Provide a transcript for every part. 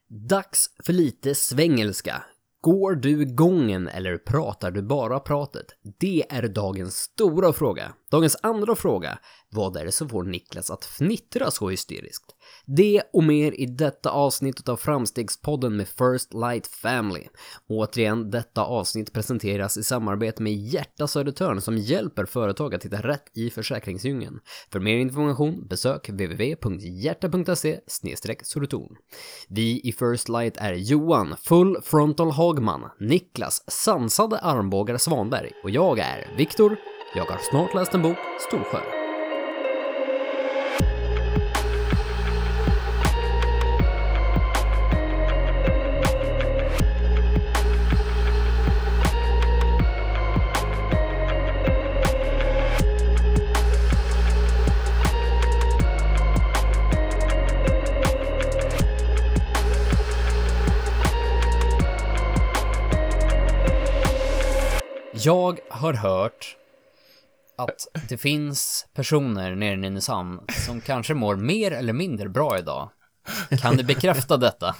Dags för lite svengelska. Går du gången eller pratar du bara pratet? Det är dagens stora fråga. Dagens andra fråga. Vad är det som får Niklas att fnittra så hysteriskt? Det och mer i detta avsnitt av Framstegspodden med First Light Family. Återigen, detta avsnitt presenteras i samarbete med Hjärta Södertörn som hjälper företag att hitta rätt i försäkringsdjungeln. För mer information besök www.hjärta.se/Södertorn. Vi i First Light är Johan, Full Frontal Hagman, Niklas, Sansade Armbågar Svanberg och jag är Viktor. Jag har snart läst en bok, Storsjö. Jag har hört att det finns personer nere i Nynäshamn som kanske mår mer eller mindre bra idag. Kan du bekräfta detta?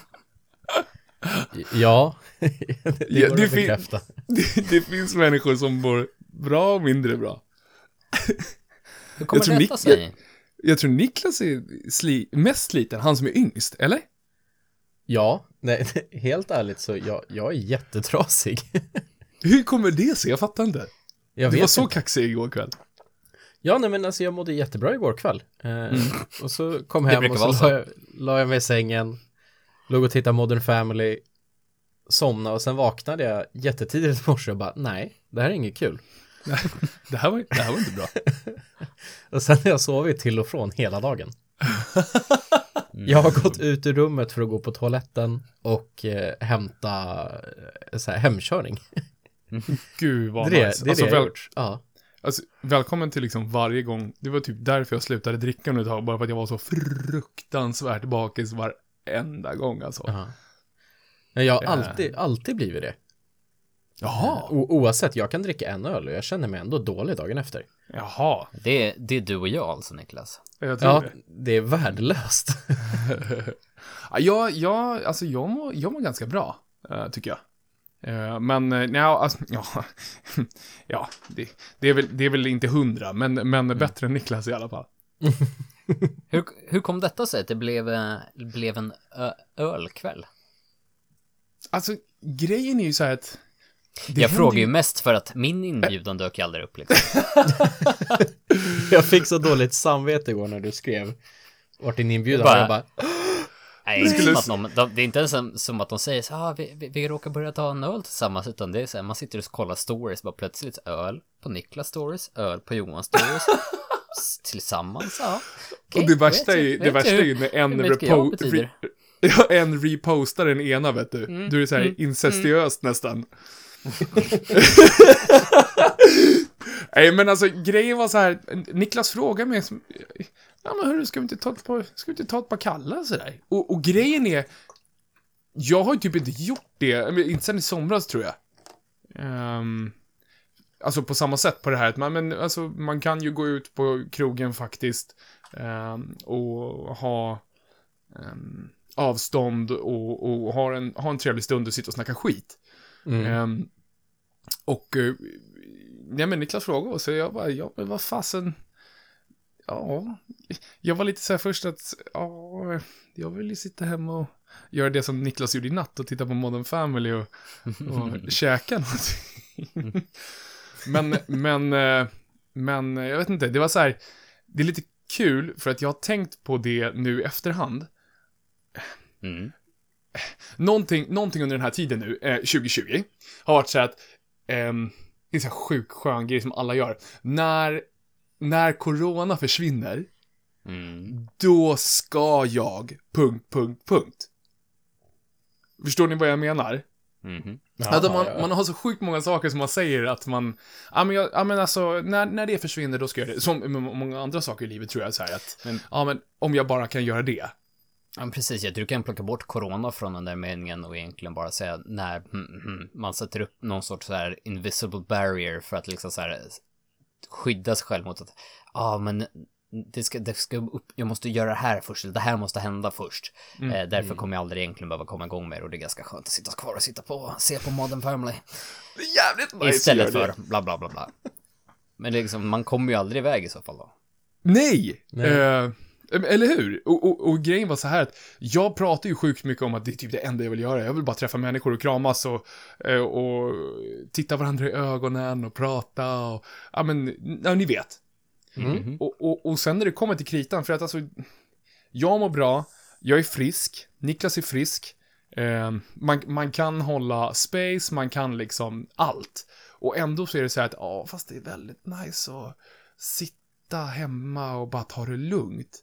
Ja, det går att bekräfta. Det finns människor som mår bra och mindre bra. Hur kommer detta sig? Jag tror Niklas är mest sliten, han som är yngst, eller? Ja, nej, helt ärligt så jag är jättetrasig. Hur kommer det sig? Jag fattar inte. Du var så kaxig igår kväll. Ja, nej men alltså jag mådde jättebra igår kväll. Och så kom hem och så la jag mig i sängen, låg och tittade Modern Family, somnade och sen vaknade jag jättetidigt i morse och bara, nej, det här är inget kul. Det här var inte bra. Och sen har jag sovit till och från hela dagen. Jag har gått ut ur rummet för att gå på toaletten och hämta så här, hemkörning. Gud vad det nice. Det är det jag har gjort. Ja. Alltså, välkommen till liksom varje gång. Det var typ därför jag slutade dricka nu ett tag. Bara för att jag var så fruktansvärt bakis varenda gång alltså. Men jag har alltid blivit det. Jaha. Oavsett, jag kan dricka en öl och jag känner mig ändå dålig dagen efter. Jaha. Det är du och jag alltså, Niklas. Jag tror det är värdelöst. Jag mår ganska bra, tycker jag. Men det är väl inte 100, men bättre än Niklas i alla fall. Hur kom detta sig att det blev en ölkväll? Alltså, grejen är ju så här att jag frågar ju mest för att min inbjudan dök aldrig upp liksom. Jag fick så dåligt samvete igår när du skrev vart din inbjudan och jag bara nej, det är inte ens som att de säger så vi råkar börja ta en öl tillsammans, utan det är så här, man sitter och kollar stories, bara plötsligt öl på Niklas stories, öl på Johans stories tillsammans, ja. Okay, och det värsta är ju när en repostar den ena, vet du. Du är så här incestiöst nästan. Nej, men alltså grejen var så här, Niklas frågade mig ja men hörru, ska vi inte ta ett par kalla så där? Och grejen är, jag har ju typ inte gjort det, inte sen i somras tror jag. Alltså på samma sätt på det här att man kan ju gå ut på krogen faktiskt och ha avstånd och ha en trevlig stund och sitta och snacka skit. Men Niklas frågade så jag bara, men vad fasen. Ja, jag var lite så här först att jag vill ju sitta hemma och göra det som Niklas gjorde i natt och titta på Modern Family och käka någonting. men jag vet inte, det var så här, det är lite kul för att jag har tänkt på det nu i efterhand. Någonting under den här tiden nu, 2020 har varit så här att det är så här sjuk skön grej som alla gör. När corona försvinner, då ska jag ... Förstår ni vad jag menar? Man har så sjukt många saker som man säger att man alltså när det försvinner då ska jag göra det. Som många andra saker i livet tror jag så här att men om jag bara kan göra det. Ja, precis. Jag tror du kan plocka bort corona från den där meningen och egentligen bara säga när man sätter upp någon sorts så här invisible barrier för att liksom så här skydda sig själv mot att men jag måste göra det här först, det här måste hända först. Därför kommer jag aldrig egentligen behöva komma igång med det, och det är ganska skönt att sitta kvar och se på Modern Family. Det är jävligt nice. Istället för bla bla bla bla. Men det är liksom, man kommer ju aldrig iväg i så fall då. Nej. Eller hur? Och grejen var så här att jag pratar ju sjukt mycket om att det är typ det enda jag vill göra. Jag vill bara träffa människor och kramas och titta varandra i ögonen och prata och ja men ni vet. Och sen när det kommer till kritan, för att alltså jag mår bra, jag är frisk, Niklas är frisk, man kan hålla space, man kan liksom allt. Och ändå så är det så här att fast det är väldigt nice att sitta hemma och bara ta det lugnt.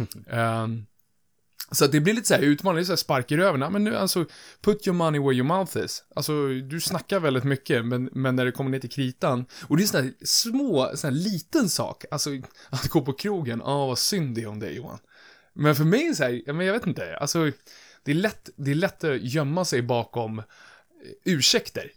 Så det blir lite så här utmanande, så här spark i röven. Men nu alltså, put your money where your mouth is. Alltså, du snackar väldigt mycket, men när det kommer ner till kritan, och det är sån här liten sak, alltså att gå på krogen, vad synd det är om dig, Johan. Men för mig är det så här, men jag vet inte, alltså det är lätt att gömma sig bakom ursäkter.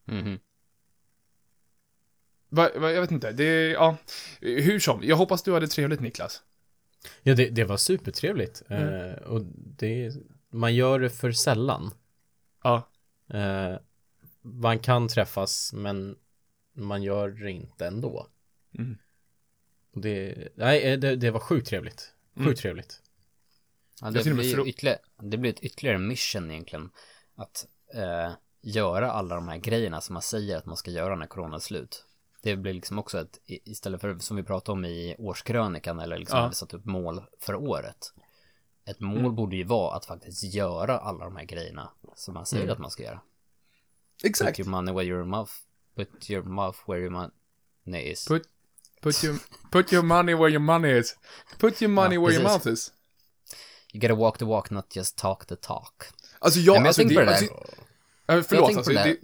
Jag vet inte, hur som, jag hoppas du hade trevligt, Niklas. Ja, det var supertrevligt. Och man gör det för sällan. Ja. Man kan träffas, men man gör det inte ändå. Och det var sjukt trevligt. Sjukt trevligt. Ja, det blir ett ytterligare mission egentligen. Att göra alla de här grejerna som man säger att man ska göra när corona är slut. Det blir liksom också ett, istället för som vi pratade om i årskrönikan, eller liksom hade satt upp mål för året. Ett mål borde ju vara att faktiskt göra alla de här grejerna som man säger att man ska göra. Exakt. Put your money where your mouth, put your mouth where your money is. Put your money where your money is. Put your money where your mouth is. You gotta walk the walk, not just talk the talk. Alltså jag tänkte på det där. Förlåt, alltså det.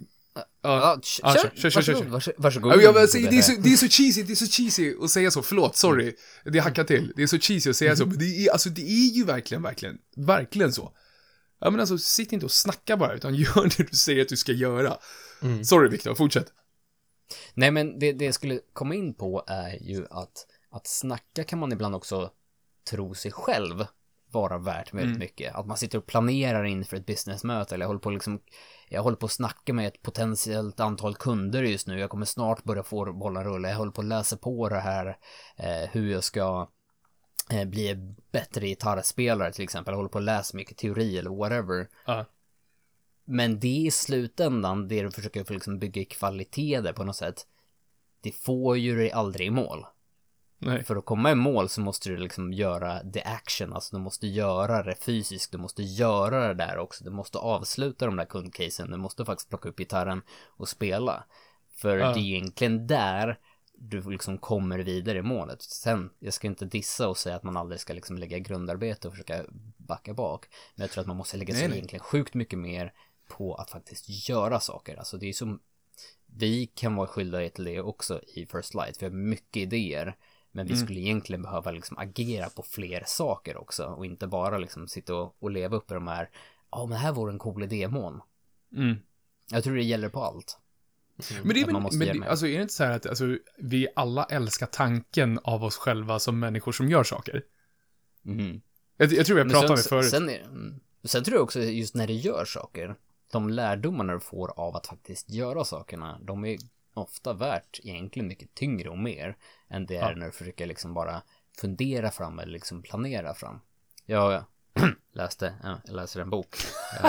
Kör. Varsågod. Det är så cheesy att säga så. Förlåt, sorry. Det hackar till. Det är så cheesy att säga så. Men det är ju verkligen så. Ja, men alltså, sitt inte och snacka bara, utan gör det du säger att du ska göra. Sorry, Victor, fortsätt. Nej, men det jag skulle komma in på är ju att snacka kan man ibland också tro sig själv vara värt väldigt mycket. Att man sitter och planerar inför ett businessmöte, eller jag håller på att snacka med ett potentiellt antal kunder just nu. Jag kommer snart börja få bollar rulla. Jag håller på att läsa på det här, hur jag ska bli bättre gitarrspelare till exempel. Jag håller på att läsa mycket teori eller whatever. Men det i slutändan, det du försöker liksom bygga kvalitet där på något sätt, det får ju dig aldrig i mål. Nej. För att komma i mål så måste du liksom göra the action, alltså du måste göra det fysiskt, du måste göra det där också, du måste avsluta de där kundcasen, du måste faktiskt plocka upp gitarren och spela. För det är egentligen där du liksom kommer vidare i målet. Sen, jag ska inte dissa och säga att man aldrig ska liksom lägga grundarbete och försöka backa bak, men jag tror att man måste lägga sig egentligen sjukt mycket mer på att faktiskt göra saker. Alltså det är som, vi kan vara skyldiga till det också i First Light, vi har mycket idéer. Men vi skulle egentligen behöva liksom agera på fler saker också, och inte bara liksom sitta och leva upp i de här, men här vore en cool idémån. Jag tror det gäller på allt. Men det är alltså, är det inte så här att alltså, vi alla älskar tanken av oss själva som människor som gör saker? Jag tror jag pratade med förut. Sen tror jag också just när du gör saker, de lärdomarna du får av att faktiskt göra sakerna, de är ofta värt egentligen mycket tyngre och mer än det är när du försöker liksom bara fundera fram eller liksom planera fram. Jag läser en bok.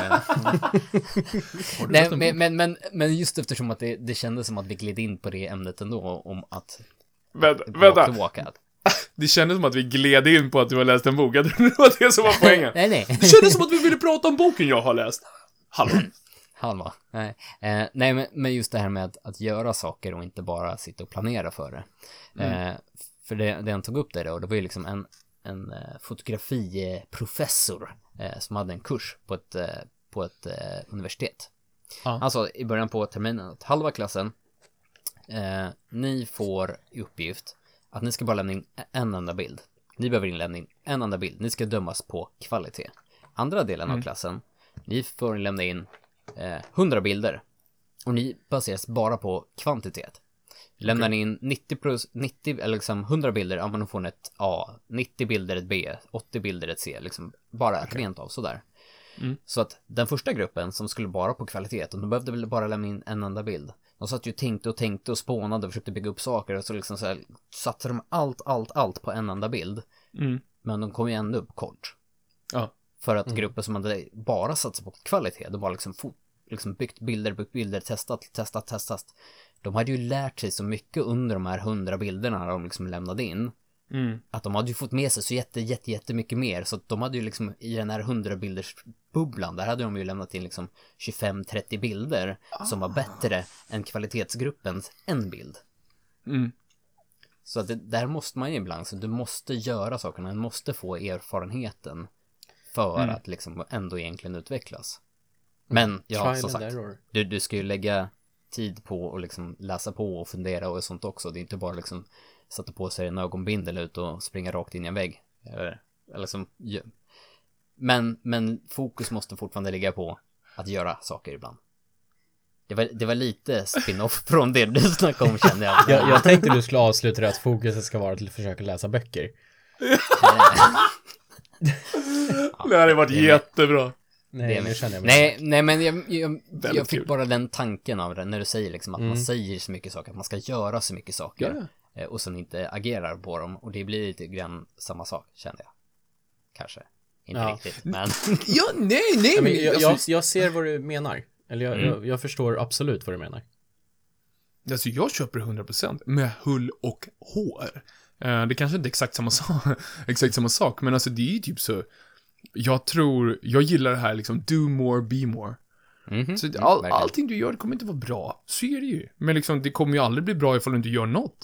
Nej, men just eftersom att det kändes som att vi gled in på det ämnet ändå, om att vänta. Det kändes som att vi gled in på att du har läst en bok. Det var det som var poängen. Nej. Det kändes som att vi ville prata om boken jag har läst. Halva. Nej, men just det här med att göra saker och inte bara sitta och planera för det. För det han tog upp där då, det var ju liksom en fotografiprofessor som hade en kurs på ett universitet. Alltså i början på terminen att halva klassen, ni får i uppgift att ni ska bara lämna in en enda bild. Ni behöver lämna in en enda bild. Ni ska dömas på kvalitet. Andra delen av klassen, ni får lämna in 100 bilder. Och ni baseras bara på kvantitet. Lämnar ni in 90 eller liksom 100 bilder, ja men då får ni ett A, 90 bilder ett B, 80 bilder ett C, liksom bara rent av sådär. Så att den första gruppen som skulle bara på kvalitet, de behövde väl bara lämna in en enda bild. De satt ju tänkte och spånade och försökte bygga upp saker, och så liksom så här, satte de allt på en enda bild. Men de kom ju ändå upp kort. Ja. För att grupper som hade bara satsat på kvalitet, de var liksom byggt bilder, testat. De hade ju lärt sig så mycket under de här 100 bilderna de liksom lämnade in. Att de hade ju fått med sig så jättemycket mer. Så att de hade ju liksom i den här 100 bilders bubblan, där hade de ju lämnat in liksom 25-30 bilder som var bättre än kvalitetsgruppens en bild. Så att där måste man ju ibland, så du måste göra sakerna, du måste få erfarenheten för att liksom ändå egentligen utvecklas. Men ja, som sagt, du ska ju lägga tid på att liksom läsa på och fundera och sånt också. Det är inte bara liksom sätta på sig en ögonbindel ut och springa rakt in i en vägg. Eller som, men fokus måste fortfarande ligga på att göra saker ibland. Det var lite spin-off från det du snackade om, känner jag. Jag tänkte du skulle avsluta det att fokuset ska vara till att försöka läsa böcker. Det hade varit jättebra. Nej, nu känner jag mig. Nej, men jag fick bara den tanken av det när du säger liksom att man säger så mycket saker, att man ska göra så mycket saker och sen inte agerar på dem, och det blir lite grann samma sak, kände jag. Kanske. Inte riktigt, men... nej, men jag ser vad du menar. Eller jag förstår absolut vad du menar. Alltså jag köper 100% med hull och hår. Det kanske inte är exakt samma sak, men alltså det är ju typ så. Jag gillar det här liksom, do more, be more. Så allting du gör, det kommer inte vara bra. Så är det ju. Men liksom, det kommer ju aldrig bli bra ifall du inte gör något.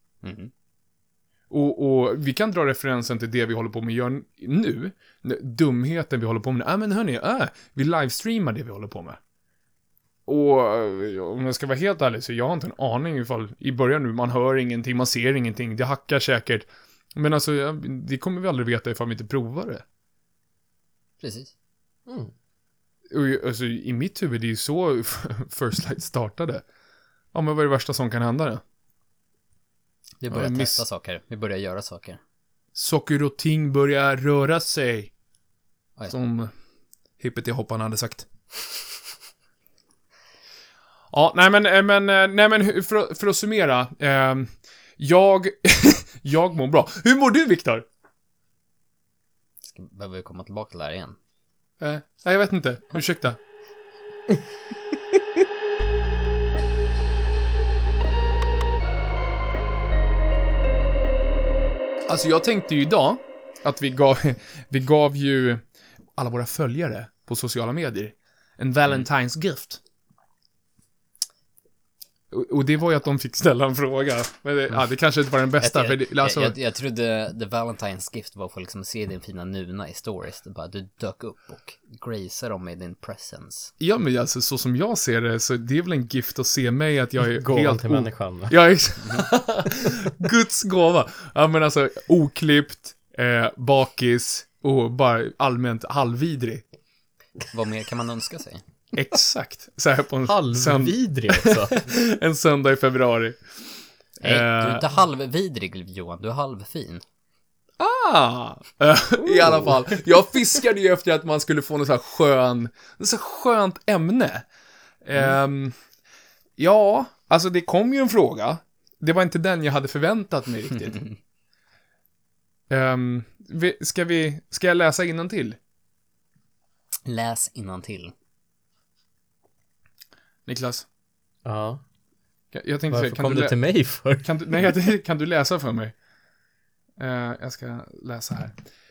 Och vi kan dra referensen till det vi håller på med gör nu. Dumheten vi håller på med. Men hörni, vi livestreamar det vi håller på med. Och om jag ska vara helt ärlig, så jag har inte en aning ifall i början nu, man hör ingenting, man ser ingenting, det hackar säkert. Men alltså, det kommer vi aldrig veta ifall vi inte provar det. Precis. Och alltså, i mitt huvud, det är ju så First Light startade. Ja, men vad är det värsta som kan hända då? Vi börjar testa saker, vi börjar göra saker. Saker och ting börjar röra sig. Som hippity-hopparna hade sagt. Ja, nej men för att summera, jag mår bra. Hur mår du, Viktor? Behöver vi komma tillbaka till det här igen? Nej, jag vet inte. Ursäkta. Alltså jag tänkte ju idag att vi gav ju alla våra följare på sociala medier en Valentine's gift. Och det var ju att de fick ställa en fråga. Men det kanske inte var den bästa. Jag trodde The Valentine's gift var för att liksom se din fina nuna i stories. Du dök upp och graceade dem med din presence. Ja, men alltså så som jag ser det, så det är väl en gift att se mig att jag är gåvan till människan. Ja, Guds gåva. Ja, men alltså oklippt, bakis och bara allmänt halvvidrig. Vad mer kan man önska sig? Exakt. Så här på en halvvidrig också. En söndag i februari. Nej, du är inte halvvidrig, Johan. Du är halvfin. I alla fall. Jag fiskade ju efter att man skulle få något så skönt ämne. Ja, alltså det kom ju en fråga. Det var inte den jag hade förväntat mig riktigt. Ska jag läsa innantill? Läs innantill. Niklas? Ja. Jag tänkte varför kom du till mig för? Kan du läsa för mig? Jag ska läsa här.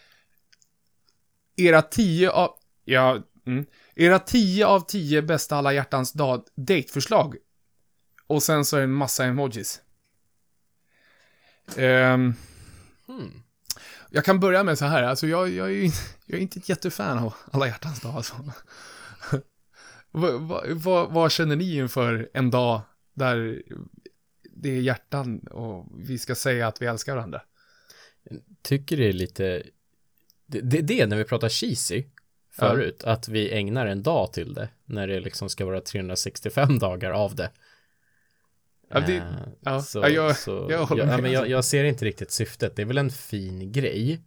Era 10 av 10 bästa alla hjärtans dateförslag. Och sen så är det en massa emojis. Jag kan börja med så här. Alltså jag är inte ett jättefan av alla hjärtans dag. Alltså. Vad känner ni inför en dag där det är hjärtan och vi ska säga att vi älskar varandra? Tycker det är lite... Det när vi pratar cheesy förut, att vi ägnar en dag till det när det liksom ska vara 365 dagar av det. Jag ser inte riktigt syftet. Det är väl en fin grej.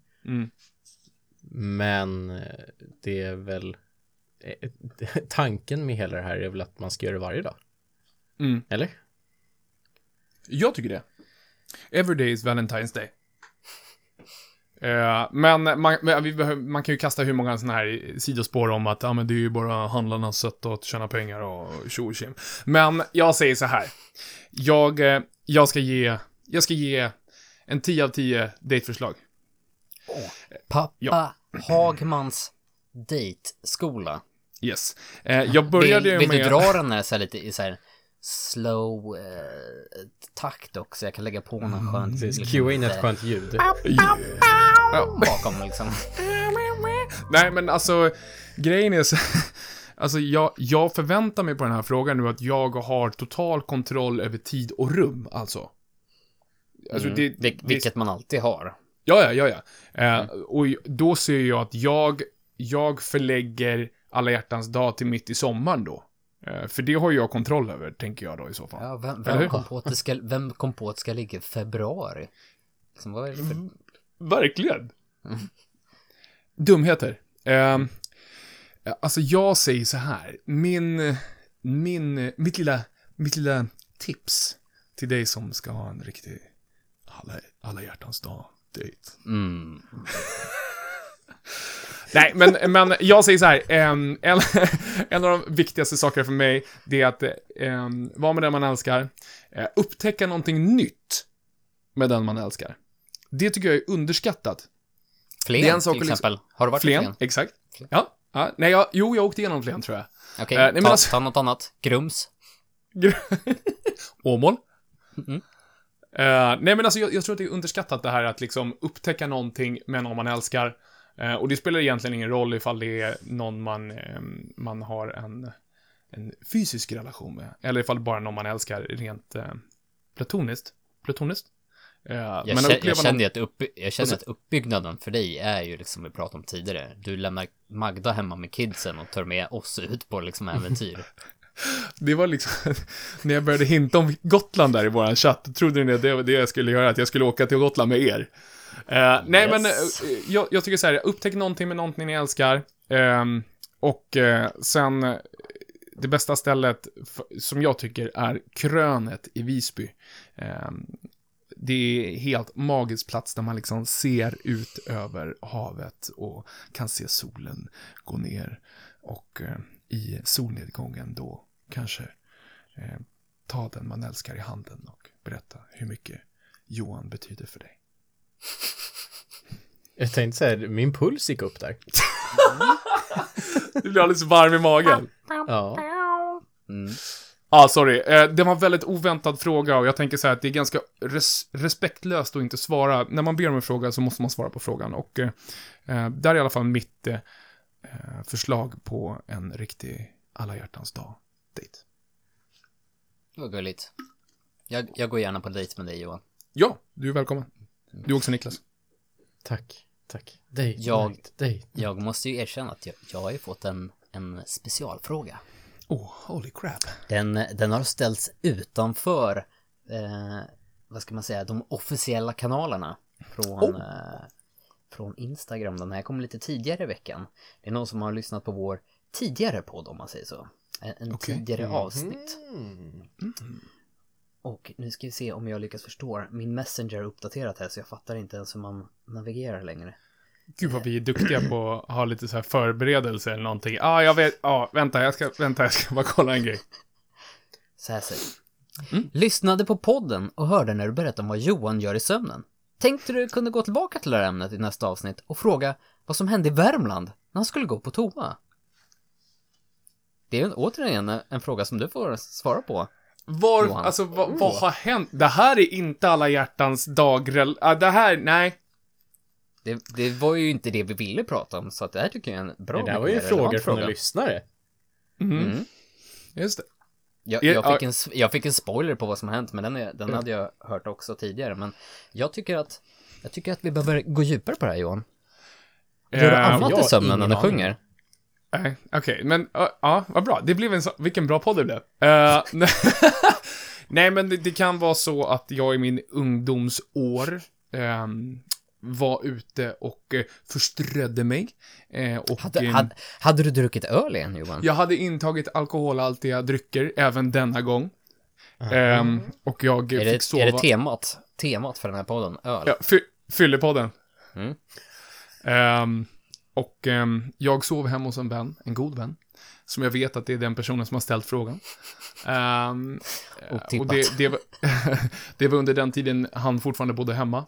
Men det är väl tanken med hela det här är väl att man ska göra det varje dag. Eller? Jag tycker det. Every day is Valentine's Day. Men man kan ju kasta hur många såna här sidospår om att men det är ju bara handlarnas sätt att tjäna pengar och tjo-tjim. Men jag säger så här. Jag ska ge en 10 av 10 dateförslag. Pappa Hagmans dejtskola. Yes. Jag började vill du dra den här så här lite i så här slow takt också? Jag kan lägga på någon skönt cue in ett skönt ljud bakom liksom. Nej, men alltså grejen är så, alltså jag förväntar mig på den här frågan nu att jag har total kontroll över tid och rum, alltså vilket man alltid har. Ja. Och då ser jag att jag förlägger alla hjärtans dag till mitt i sommaren då. För det har jag kontroll över, tänker jag då i så fall. Ja, vem kom på att det ska ligga i februari? Liksom, vad är det för... Verkligen. Dumheter. Alltså jag säger så här. Mitt lilla tips till dig som ska ha en riktig alla hjärtans dag dejt. Nej, men jag säger så här. En av de viktigaste sakerna för mig, det är att vara med den man älskar. Upptäcka någonting nytt med den man älskar. Det tycker jag är underskattat. Flen till exempel. Har du varit i Flen? Exakt. Ja. Nej, jag åkte igenom Flen, tror jag. Okej, ta något annat. Grums. Åmål. Nej, men alltså jag tror att det är underskattat det här att liksom upptäcka någonting med någon man älskar. Och det spelar egentligen ingen roll ifall det är någon man har en fysisk relation med. Eller ifall bara någon man älskar rent platoniskt. Jag känner att uppbyggnaden för dig är ju liksom vi pratade om tidigare. Du lämnar Magda hemma med kidsen och tar med oss ut på liksom äventyr. Det var liksom när jag började hinta om Gotland där i våran chatt, trodde ni att det var det jag skulle göra, att jag skulle åka till Gotland med er. Nej, men jag tycker så här, upptäck någonting med någonting ni älskar. Och sen det bästa stället som jag tycker är Krönet i Visby. Det är helt magisk plats där man liksom ser ut över havet och kan se solen gå ner. Och i solnedgången då kanske ta den man älskar i handen och berätta hur mycket Johan betyder för dig. Jag tänkte säga, min puls gick upp där. Du blir alldeles varm i magen. Ja. Sorry. Det var en väldigt oväntad fråga och jag tänker så här att det är ganska respektlöst att inte svara. När man ber om en fråga så måste man svara på frågan. Och där är i alla fall mitt förslag på en riktig alla hjärtans dag dejt. Det var gulligt. Jag går gärna på dejt med dig, Johan. Ja, du är välkommen. Du också, Niklas. Tack. Jag måste ju erkänna att jag har ju fått en specialfråga. Holy crap. Den har ställts utanför vad ska man säga, de officiella kanalerna från Instagram. Den här kom lite tidigare i veckan. Det är någon som har lyssnat på vår tidigare podd, om man säger så. En tidigare avsnitt. Och nu ska vi se om jag lyckas förstå. Min Messenger är uppdaterat här så jag fattar inte ens hur man navigerar längre. Gud vad vi är duktiga på att ha lite så här förberedelser eller någonting. Jag vet. Vänta, jag ska bara kolla en grej. Så här säger. Lyssnade på podden och hörde när du berättade om vad Johan gör i sömnen. Tänkte du kunde gå tillbaka till det här ämnet i nästa avsnitt och fråga vad som hände i Värmland när han skulle gå på toa. Det är återigen en fråga som du får svara på. Vad har hänt? Det här är inte alla hjärtans dag. Det här, nej. Det var ju inte det vi ville prata om, så att det här tycker jag är en bra. Det där var ju frågor från en lyssnare. Just det. Jag fick en spoiler på vad som har hänt, men den hade jag hört också tidigare. Men jag tycker att vi behöver gå djupare på det här, Johan. Gör du annat i sömnen när du sjunger? Okej, men vad bra. Det blev vilken bra podd det blev. Nej, men det kan vara så att jag i min ungdomsår var ute och förströdde mig. Och, hade du druckit öl igen, Johan? Jag hade intagit alkoholhaltiga drycker även denna gång. Och jag fick sova. Är det temat för den här podden? Öl? Ja, fyllepodden. Och jag sov hemma hos en god vän. Som jag vet att det är den personen som har ställt frågan. Och det var under den tiden han fortfarande bodde hemma.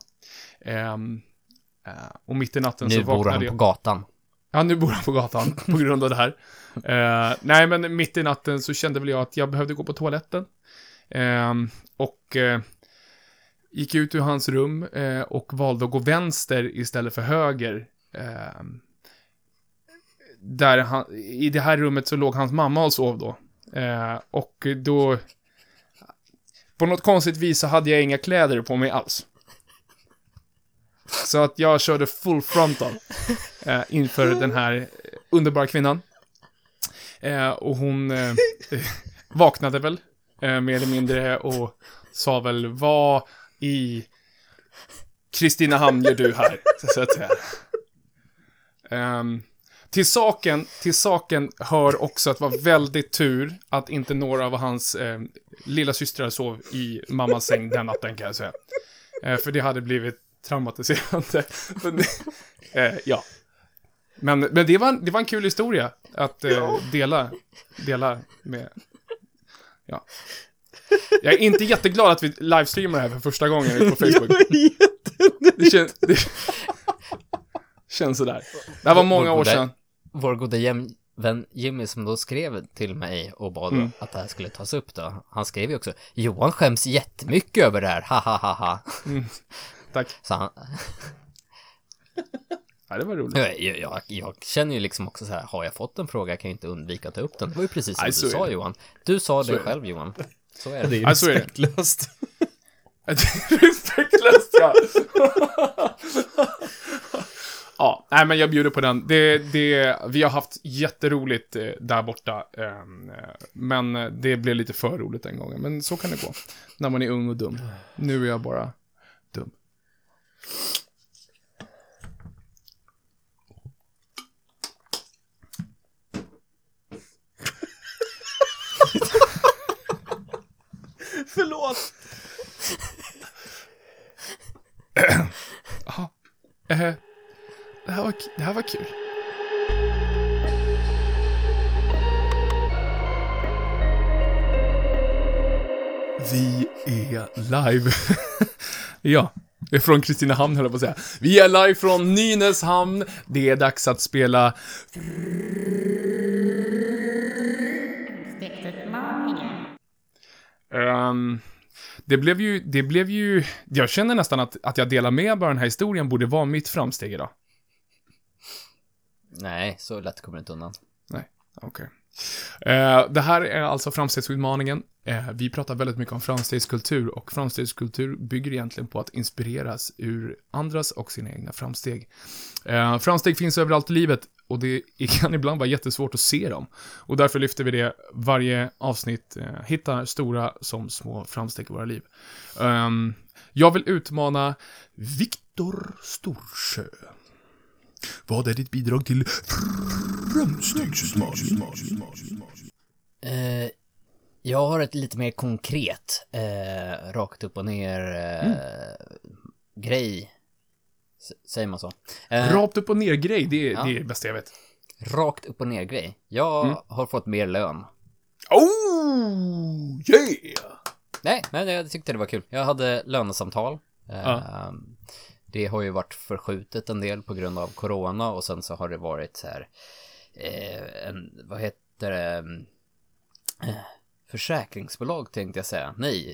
Och mitt i natten så vaknade jag. Nu bor han på gatan. Ja, nu bor han på gatan på grund av det här. Nej, men mitt i natten så kände väl jag att jag behövde gå på toaletten. Och gick ut ur hans rum och valde att gå vänster istället för höger. I det här rummet så låg hans mamma och sov då. Och då på något konstigt vis så hade jag inga kläder på mig alls. Så att jag körde full frontal inför den här underbara kvinnan. Och hon vaknade väl mer eller mindre och sa väl, vad i Kristinehamn gör du här? Så att säga. Till saken hör också att det var väldigt tur att inte några av hans lilla systrar sov i mammas säng den natten, kan jag säga. För det hade blivit traumatiserande. Ja. Men det var en kul historia att dela med. Ja. Jag är inte jätteglad att vi livestreamar det här för första gången på Facebook. Det känns sådär. Det här var många år sedan. Vår gode vän Jimmy som då skrev till mig och bad att det här skulle tas upp då. Han skrev ju också, Johan skäms jättemycket över det här, ha. Tack. Så han... Ja, det var roligt. Jag känner ju liksom också så här, har jag fått en fråga kan jag inte undvika att ta upp den. Det var ju precis som du sa, Johan. Du sa det själv, Johan. Så är det. Det är ju respektlöst. Respektlöst, ja. Ja, nej, men jag bjuder på den. Vi har haft jätteroligt där borta. Men det blev lite för roligt den gången. Men så kan det gå. När man är ung och dum. Nu är jag bara dum. Förlåt. Jaha. Det här var kul. Vi är live. Ja, det är från Kristinehamn, höll jag på att säga. Vi är live från Nynäshamn. Det är dags att spela... Det blev ju... Jag känner nästan att jag delar med bara den här historien borde vara mitt framsteg idag. Nej, så lätt kommer det inte undan. Nej, okej. Det här är alltså framstegsutmaningen. Vi pratar väldigt mycket om framstegskultur, och framstegskultur bygger egentligen på att inspireras ur andras och sina egna framsteg. Framsteg finns överallt i livet, och det kan ibland vara jättesvårt att se dem. Och därför lyfter vi det varje avsnitt. Hittar stora som små framsteg i våra liv. Jag vill utmana Viktor Storsjö. Vad är ditt bidrag till framstegsutmaningen? Jag har ett lite mer konkret rakt upp och ner grej. Säger man så? Rakt upp och ner grej, det är det bästa jag vet. Rakt upp och ner grej. Jag har fått mer lön. Oh, yeah! Nej, men jag tyckte det var kul. Jag hade lönesamtal. Det har ju varit förskjutet en del på grund av corona, och sen så har det varit så här vad heter det? Försäkringsbolag tänkte jag säga. Nej.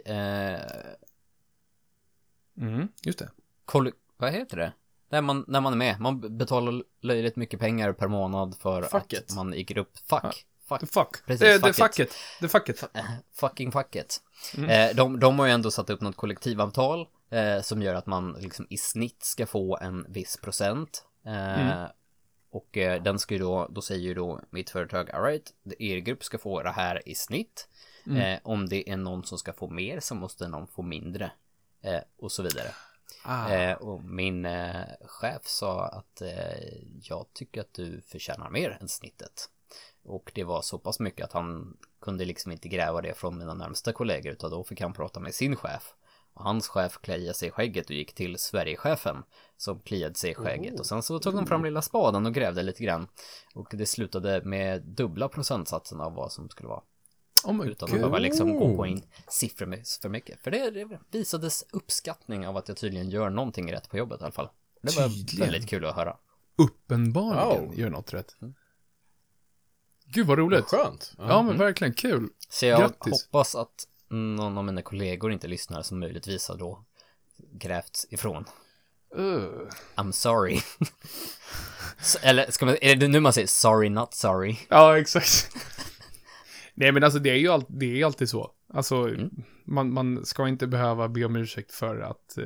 Just det. Vad heter det? När man är med. Man betalar löjligt mycket pengar per månad för facket. Att man gick upp. Fuck. Precis, det facket. Fucking facket. De har ju ändå satt upp något kollektivavtal som gör att man liksom i snitt ska få en viss procent. Och den ska ju då säger ju då mitt företag, all right, er grupp ska få det här i snitt. Om det är någon som ska få mer så måste någon få mindre. Och så vidare. Och min chef sa att jag tycker att du förtjänar mer än snittet. Och det var så pass mycket att han kunde liksom inte gräva det från mina närmsta kollegor, utan då fick han prata med sin chef. Och hans chef kliade sig i skägget och gick till Sverigechefen som kliade sig i skägget. Och sen så tog de fram lilla spaden och grävde lite grann. Och det slutade med dubbla procentsatsen av vad som skulle vara. Utan att behöva liksom gå på in siffror för mycket. För det visades uppskattning av att jag tydligen gör någonting rätt på jobbet i alla fall. Det var väldigt kul att höra. Uppenbarligen gör något rätt. Gud vad roligt. Skönt. Ja, men verkligen kul. Så jag Grattis. hoppas att någon av mina kollegor inte lyssnar som möjligtvis har då grävts ifrån. I'm sorry. Eller är det nu man säger sorry not sorry? Ja, exakt. Nej, men alltså det är ju alltid så. Alltså, man ska inte behöva be om ursäkt för att...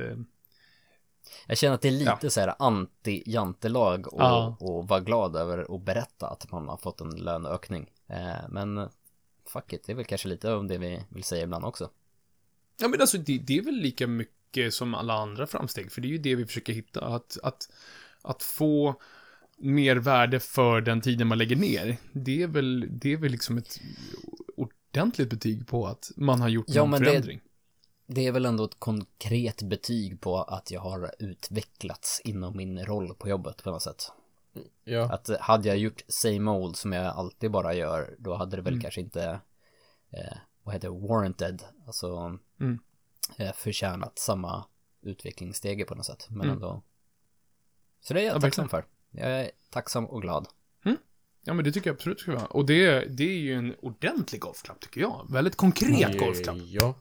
Jag känner att det är lite så här anti-jantelag och vara glad över att berätta att man har fått en löneökning. Men fuck it, det är väl kanske lite om det vi vill säga ibland också. Ja, men alltså det är väl lika mycket som alla andra framsteg. För det är ju det vi försöker hitta. Att få mer värde för den tiden man lägger ner. Det är väl liksom ett ordentligt betyg på att man har gjort någon förändring. Det är väl ändå ett konkret betyg på att jag har utvecklats inom min roll på jobbet på något sätt. Ja. Att hade jag gjort same old som jag alltid bara gör, då hade det väl kanske inte vad heter det, warranted, alltså förtjänat samma utvecklingsstege på något sätt. Men ändå. Så det är jag tacksam för. Jag är tacksam och glad. Ja, men det tycker jag absolut ska vara. Och det är ju en ordentlig golfklapp tycker jag. Väldigt konkret golfklapp. Ja.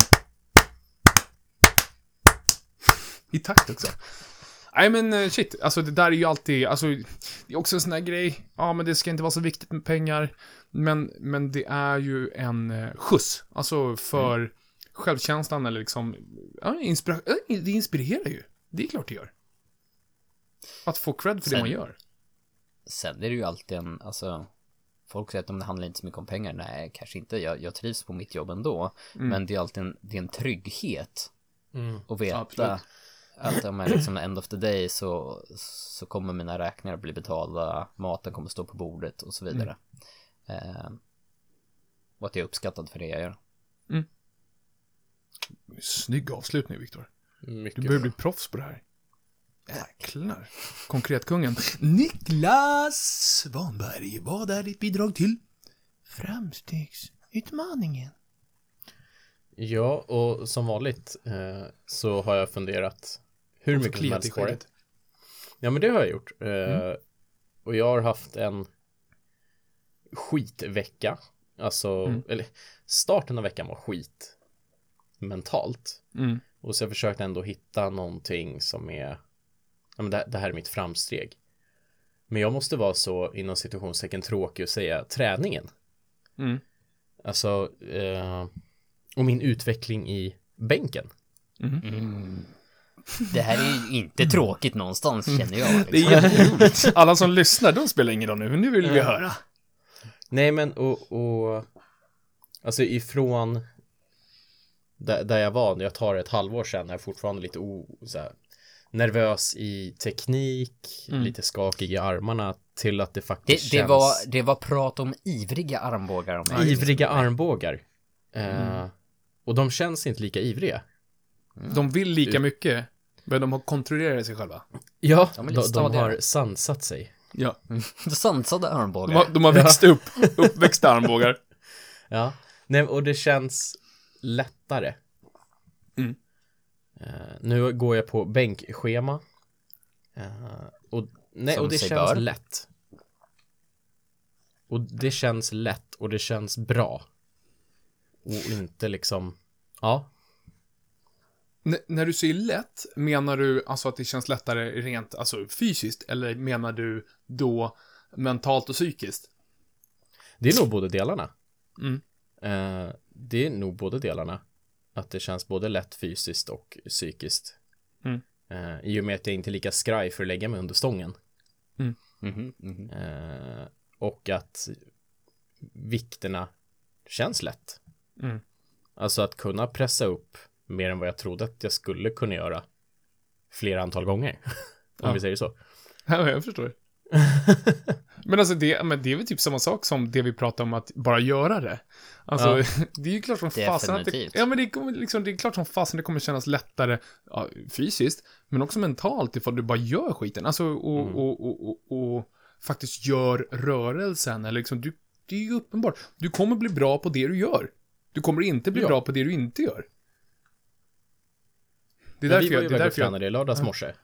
I takt också. Nej, men shit. Alltså det där är ju alltid, alltså det är också en sån här grej. Ja, men det ska inte vara så viktigt med pengar. Men det är ju en skjuts. Alltså för självkänslan eller liksom, ja, det inspirerar ju. Det är klart det gör. Att få cred för det man gör. Sen är det ju alltid alltså folk säger att det handlar inte så mycket om pengar. Nej, kanske inte. Jag trivs på mitt jobb ändå. Men det är alltid en trygghet att veta att om jag liksom end of the day så kommer mina räkningar bli betalda, maten kommer stå på bordet och så vidare. Och att jag är uppskattad för det jag gör. Snygg avslutning, Viktor. Mycket Du börjar bli proffs på det här. Jäklar. Konkretkungen. Niklas Svanberg, vad är ditt bidrag till framstegsutmaningen? Ja, och som vanligt så har jag funderat hur mycket som helst på det. Ja, men det har jag gjort. Och jag har haft en skitvecka. Alltså, eller starten av veckan var skit mentalt. Och så jag försökte ändå hitta någonting som är, ja, men det här är mitt framsteg. Men jag måste vara så inom situationstecken tråkig och säga träningen. Alltså och min utveckling i bänken. Det här är ju inte tråkigt någonstans, känner jag. Liksom. Det är jätteroligt. Alla som lyssnar, de spelar ingen roll nu vill vi höra. Nej, men och alltså ifrån där jag var när jag tar ett halvår sedan är jag fortfarande lite så här, nervös i teknik, lite skakig i armarna till att det faktiskt känns... Det var prat om ivriga armbågar. Ivriga armbågar. Och de känns inte lika ivriga. De vill lika mycket, men de har kontrollerat sig själva. Ja, de har sansat sig. Ja. Sansade armbågar. De har växt uppväxta armbågar. Ja, nej, och det känns lättare. Nu går jag på bänkschema. Och det känns lätt. Och det känns lätt och det känns bra. Och inte liksom, ja. När du säger lätt, menar du alltså att det känns lättare rent alltså fysiskt, eller menar du då mentalt och psykiskt? Det är nog båda delarna. Det är nog båda delarna. Att det känns både lätt fysiskt och psykiskt. I och med att jag inte är lika skraj för att lägga mig under stången. Och att vikterna känns lätt. Alltså att kunna pressa upp mer än vad jag trodde att jag skulle kunna göra flera antal gånger. Om vi säger så. Ja, jag förstår. Men alltså det är väl typ samma sak som det vi pratar om att bara göra det. Alltså det är ju klart som fasen att det, men det kommer liksom, det är klart som fasen det kommer kännas lättare fysiskt, men också mentalt ifall du bara gör skiten. Alltså och faktiskt gör rörelsen eller liksom det är ju uppenbart. Du kommer bli bra på det du gör. Du kommer inte bli bra på det du inte gör. Det är därför jag tränade i lördags morse.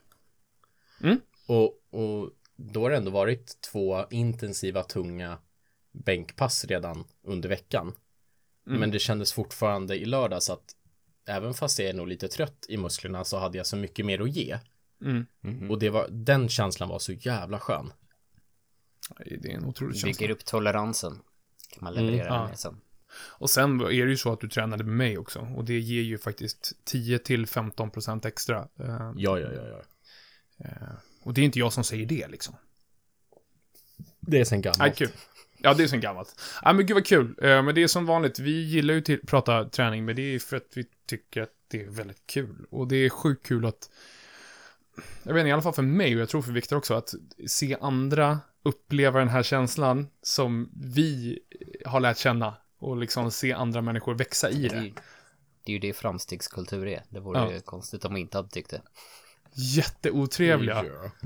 Och då har det ändå varit 2 intensiva, tunga bänkpass redan under veckan. Men det kändes fortfarande i lördags att även fast jag är nog lite trött i musklerna så hade jag så mycket mer att ge. Och den känslan var så jävla skön. Det är en otrolig känsla. Bygger upp toleransen. Kan man leverera med sen. Och sen är det ju så att du tränade med mig också. Och det ger ju faktiskt 10-15% extra. Ja. Och det är inte jag som säger det liksom. Det är sen gammalt. Nej, kul. Ja, det är sen gammalt. Ja, men gud vad kul. Men det är som vanligt. Vi gillar ju att prata träning. Men det är för att vi tycker att det är väldigt kul. Och det är sjukt kul att... Jag vet inte, i alla fall för mig och jag tror för Victor också. Att se andra uppleva den här känslan som vi har lärt känna. Och liksom se andra människor växa i det. Det är ju det framstegskultur är. Det vore ju konstigt om man inte hade tyckt det. Jätteotrevliga.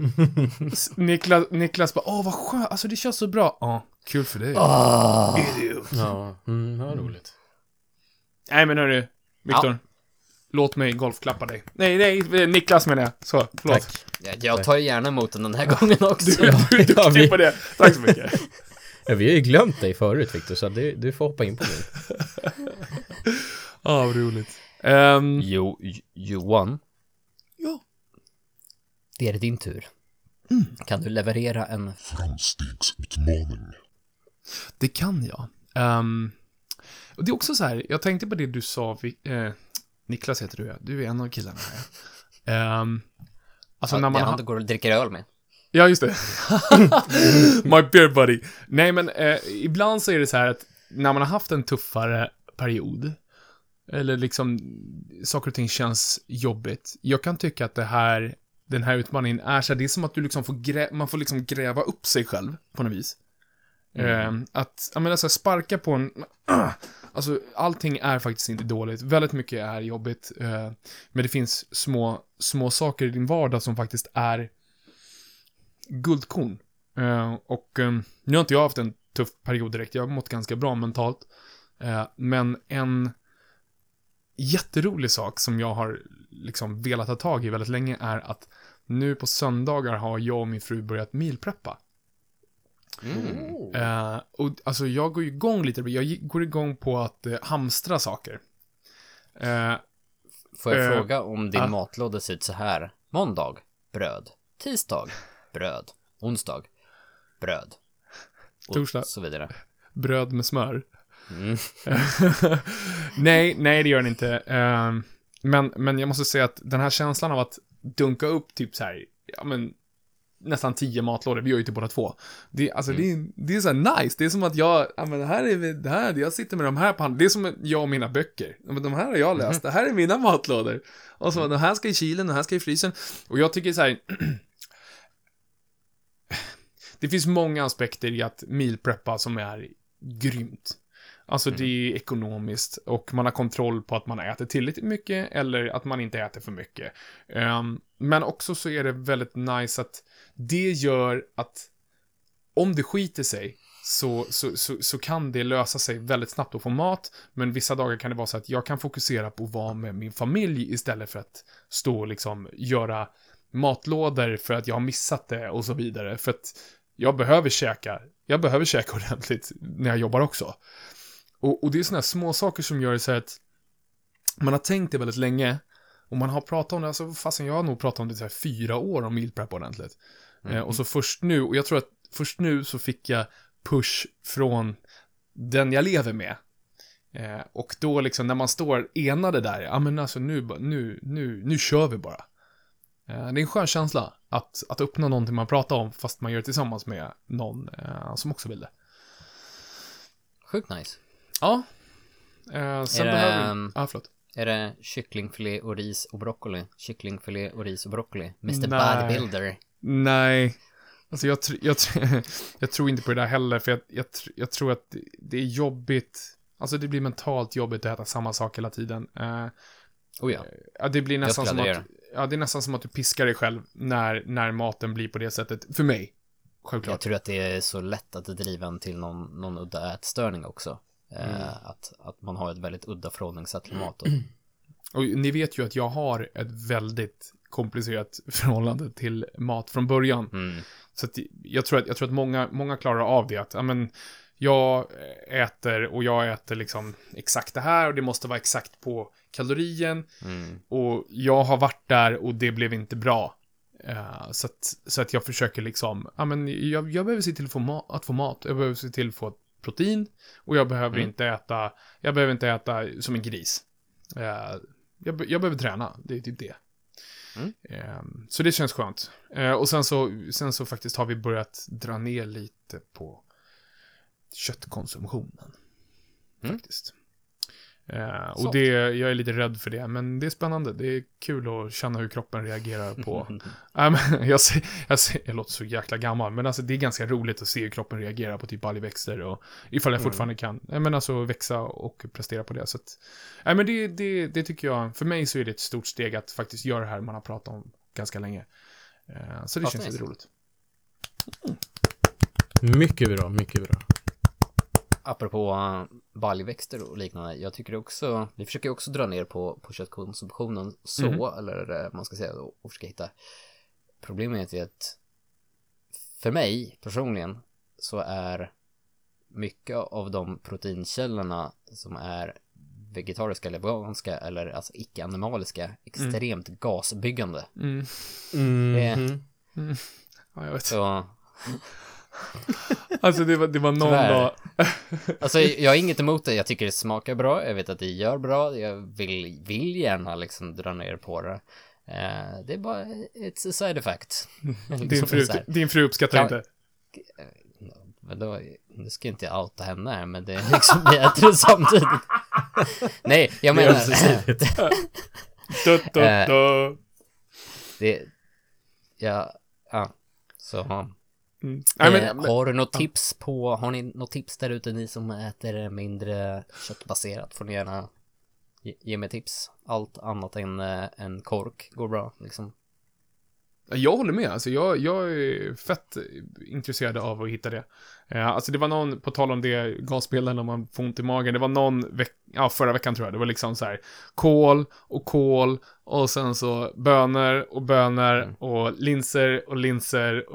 Niklas bara, vad skönt, alltså det känns så bra. Ja, kul för dig. Idiot. Ja, vad roligt. Nej men hörru, Victor. Låt mig golfklappa dig. Nej, Niklas menar jag. Så, förlåt. Jag tar gärna emot den här gången också. Du är duktig på det. Tack så mycket. Ja, vi har ju glömt dig förut, Victor, så du får hoppa in på det. Vad roligt. Johan. Ja. Det är din tur. Kan du leverera en framstegsutmaning? Det kan jag. Och det är också så här, jag tänkte på det du sa, Niklas heter du, ja. Du är en av killarna här. Alltså när man det han går och dricker öl med. Ja, just det. My beer buddy. Nej, men ibland så är det så här att när man har haft en tuffare period eller liksom saker och ting känns jobbigt. Jag kan tycka att den här utmaningen är så här, det är som att du liksom man får liksom gräva upp sig själv på något vis. Att, jag menar så här, sparka på en alltså allting är faktiskt inte dåligt. Väldigt mycket är jobbigt. Men det finns små saker i din vardag som faktiskt är guldkorn. Nu har inte jag haft en tuff period direkt. Jag har mått ganska bra mentalt. Men en jätterolig sak som jag har liksom velat ta tag i väldigt länge är att nu på söndagar har jag och min fru börjat mealpreppa. Och alltså jag går igång lite. Jag går igång på att hamstra saker. Får jag fråga om din matlåda ser ut så här? Måndag, bröd. Tisdag, bröd. Onsdag, bröd. Och torsdag, så vidare. Bröd med smör. Nej, det gör den inte. Men jag måste säga att den här känslan av att dunka upp typ så här, ja men nästan 10 matlådor, vi gör ju till båda 2. Det är det är så här nice. Det är som att jag jag sitter med de här på hand. Det är som jag och mina böcker. De här har jag läst. Det här är mina matlådor. Och så de här ska i kylen, de här ska i frysen. Och jag tycker så här det finns många aspekter i att mealpreppa som är grymt. Alltså det är ekonomiskt och man har kontroll på att man äter tillräckligt mycket eller att man inte äter för mycket. Men också så är det väldigt nice att det gör att om det skiter sig så kan det lösa sig väldigt snabbt att få mat. Men vissa dagar kan det vara så att jag kan fokusera på att vara med min familj istället för att stå och liksom göra matlådor för att jag har missat det och så vidare. För att jag behöver käka ordentligt när jag jobbar också. Och det är såna här små saker som gör det så att man har tänkt det väldigt länge och man har pratat om det, alltså fastän jag har nog pratat om det så här 4 år om mealprep ordentligt. Och så först nu, och jag tror att först nu så fick jag push från den jag lever med. Och då liksom när man står enade där, ja men alltså nu kör vi bara. Det är en skön känsla att uppnå någonting man pratar om, fast man gör det tillsammans med någon som också vill det. Sjukt nice. Ja. Sen behöver vi... förlåt. Är det kycklingfilé och ris och broccoli? Kycklingfilé och ris och broccoli? Mr. Nej. Bodybuilder. Nej. Alltså jag tror inte på det där heller, för jag tror att det är jobbigt. Alltså det blir mentalt jobbigt att äta samma sak hela tiden. Ja, det blir nästan som att... Ja, det är nästan som att du piskar dig själv när maten blir på det sättet. För mig. Självklart. Jag tror att det är så lätt att driva en till någon udda ätstörning också. Att man har ett väldigt udda förhållningssätt till maten. Och ni vet ju att jag har ett väldigt komplicerat förhållande till mat från början. Så att jag tror att många klarar av det. Att jag äter liksom exakt det här, och det måste vara exakt på kalorien. Och jag har varit där och det blev inte bra. Så att jag försöker liksom, jag behöver se till att få mat. Jag behöver se till att få protein, och jag behöver inte äta som en gris. Jag behöver träna, det är typ det. Så det känns skönt. Och sen så faktiskt har vi börjat dra ner lite på köttkonsumtionen. Faktiskt. Och jag är lite rädd för det, men det är spännande. Det är kul att känna hur kroppen reagerar på... jag låter så jäkla gammal, men alltså det är ganska roligt att se hur kroppen reagerar på typ algväxter, och ifall jag fortfarande kan växa och prestera på det. Så att, men det tycker jag, för mig så är det ett stort steg att faktiskt göra det här man har pratat om ganska länge. Så det känns lite roligt. Mycket bra. Apropå baljväxter och liknande, jag tycker också, vi försöker också dra ner på köttkonsumtionen eller man ska säga, och försöka hitta. Problemet är att för mig personligen så är mycket av de proteinkällorna som är vegetariska eller veganska eller alltså icke-animaliska extremt gasbyggande. Ja, jag vet. Så alltså det var någon dag. Alltså jag har inget emot det. Jag tycker det smakar bra. Jag vet att det gör bra. Jag vill gärna liksom dra ner på det. Det är bara it's a side effect. Din fru uppskattar inte. Men då, nu ska inte jag outa henne här, men det är liksom bättre samtidigt. Nej, jag menar så har du något tips har ni något tips där ute, ni som äter mindre köttbaserat, får ni gärna ge mig tips. Allt annat än en kork går bra liksom. Jag håller med, alltså jag är fett intresserad av att hitta det. Alltså det var någon, på tal om det, gasspelen när man får ont i magen, det var någon förra veckan tror jag, det var liksom så här kål och sen så bönor och linser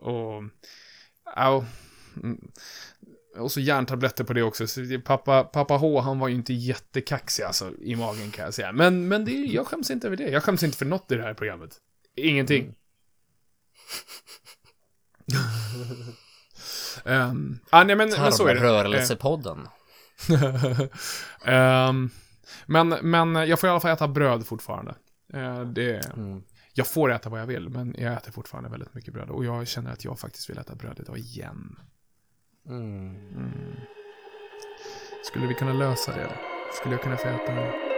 och så järntabletter på det också. Så pappa H, han var ju inte jättekaxig alltså i magen, kan jag säga. Men jag skäms inte över det. Jag skäms inte för något i det här programmet. Ingenting. Men så är det. Rörelsepodden. Men jag får i alla fall äta bröd fortfarande. Jag får äta vad jag vill, men jag äter fortfarande väldigt mycket bröd. Och jag känner att jag faktiskt vill äta bröd idag igen. Skulle vi kunna lösa det? Skulle jag kunna få äta